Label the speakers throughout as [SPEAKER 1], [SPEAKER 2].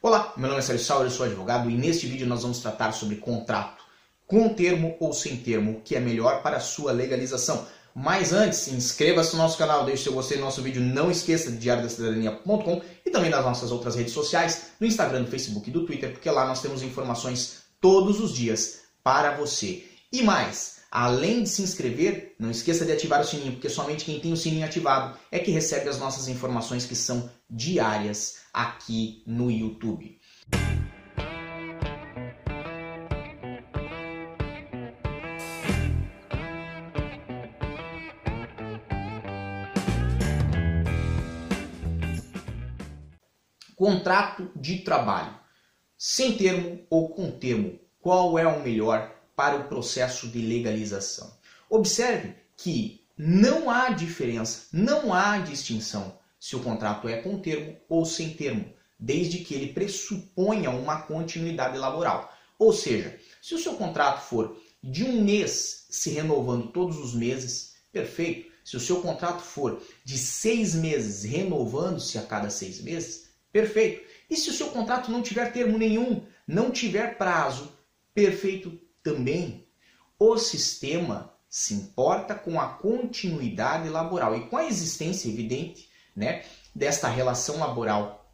[SPEAKER 1] Olá, meu nome é Sérgio Sauer, eu sou advogado e neste vídeo nós vamos tratar sobre contrato, com termo ou sem termo, o que é melhor para a sua legalização. Mas antes, inscreva-se no nosso canal, deixe seu gostei no nosso vídeo, não esqueça de diariodacidadania.com e também nas nossas outras redes sociais, no Instagram, no Facebook e do Twitter, porque lá nós temos informações todos os dias para você. E mais, além de se inscrever, não esqueça de ativar o sininho, porque somente quem tem o sininho ativado é que recebe as nossas informações que são diárias aqui no YouTube. Contrato de trabalho. Sem termo ou com termo, qual é o melhor para o processo de legalização? Observe que não há diferença, não há distinção se o contrato é com termo ou sem termo, desde que ele pressuponha uma continuidade laboral. Ou seja, se o seu contrato for de um mês se renovando todos os meses, perfeito. Se o seu contrato for de 6 meses renovando-se a cada 6 meses, perfeito. E se o seu contrato não tiver termo nenhum, não tiver prazo, perfeito também. O sistema se importa com a continuidade laboral e com a existência evidente, desta relação laboral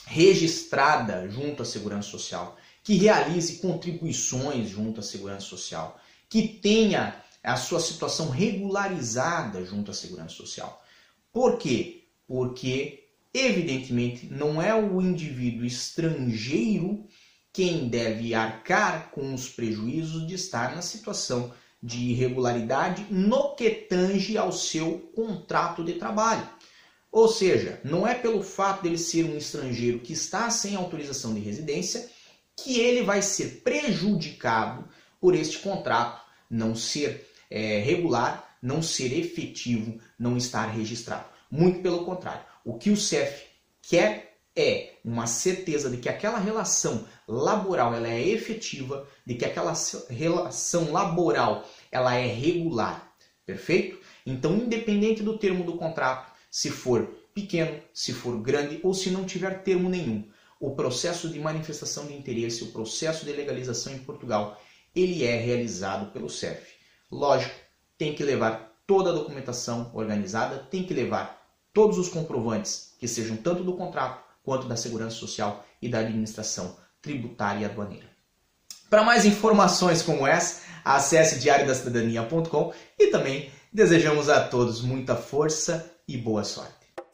[SPEAKER 1] registrada junto à Segurança Social, que realize contribuições junto à Segurança Social, que tenha a sua situação regularizada junto à Segurança Social. Por quê? Porque evidentemente, não é o indivíduo estrangeiro quem deve arcar com os prejuízos de estar na situação de irregularidade no que tange ao seu contrato de trabalho. Ou seja, não é pelo fato dele ser um estrangeiro que está sem autorização de residência que ele vai ser prejudicado por este contrato não ser regular, não ser efetivo, não estar registrado. Muito pelo contrário. O que o CEF quer é uma certeza de que aquela relação laboral ela é efetiva, de que aquela relação laboral ela é regular. Perfeito? Então, independente do termo do contrato, se for pequeno, se for grande ou se não tiver termo nenhum, o processo de manifestação de interesse, o processo de legalização em Portugal, ele é realizado pelo CEF. Lógico, tem que levar toda a documentação organizada, tem que levar todos os comprovantes que sejam tanto do contrato quanto da Segurança Social e da Administração Tributária e Aduaneira. Para mais informações como essa, acesse diariodacidadania.com e também desejamos a todos muita força e boa sorte.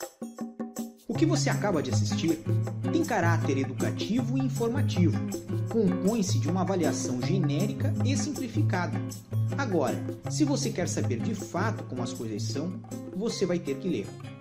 [SPEAKER 2] O que você acaba de assistir tem caráter educativo e informativo. Compõe-se de uma avaliação genérica e simplificada. Agora, se você quer saber de fato como as coisas são, você vai ter que ler.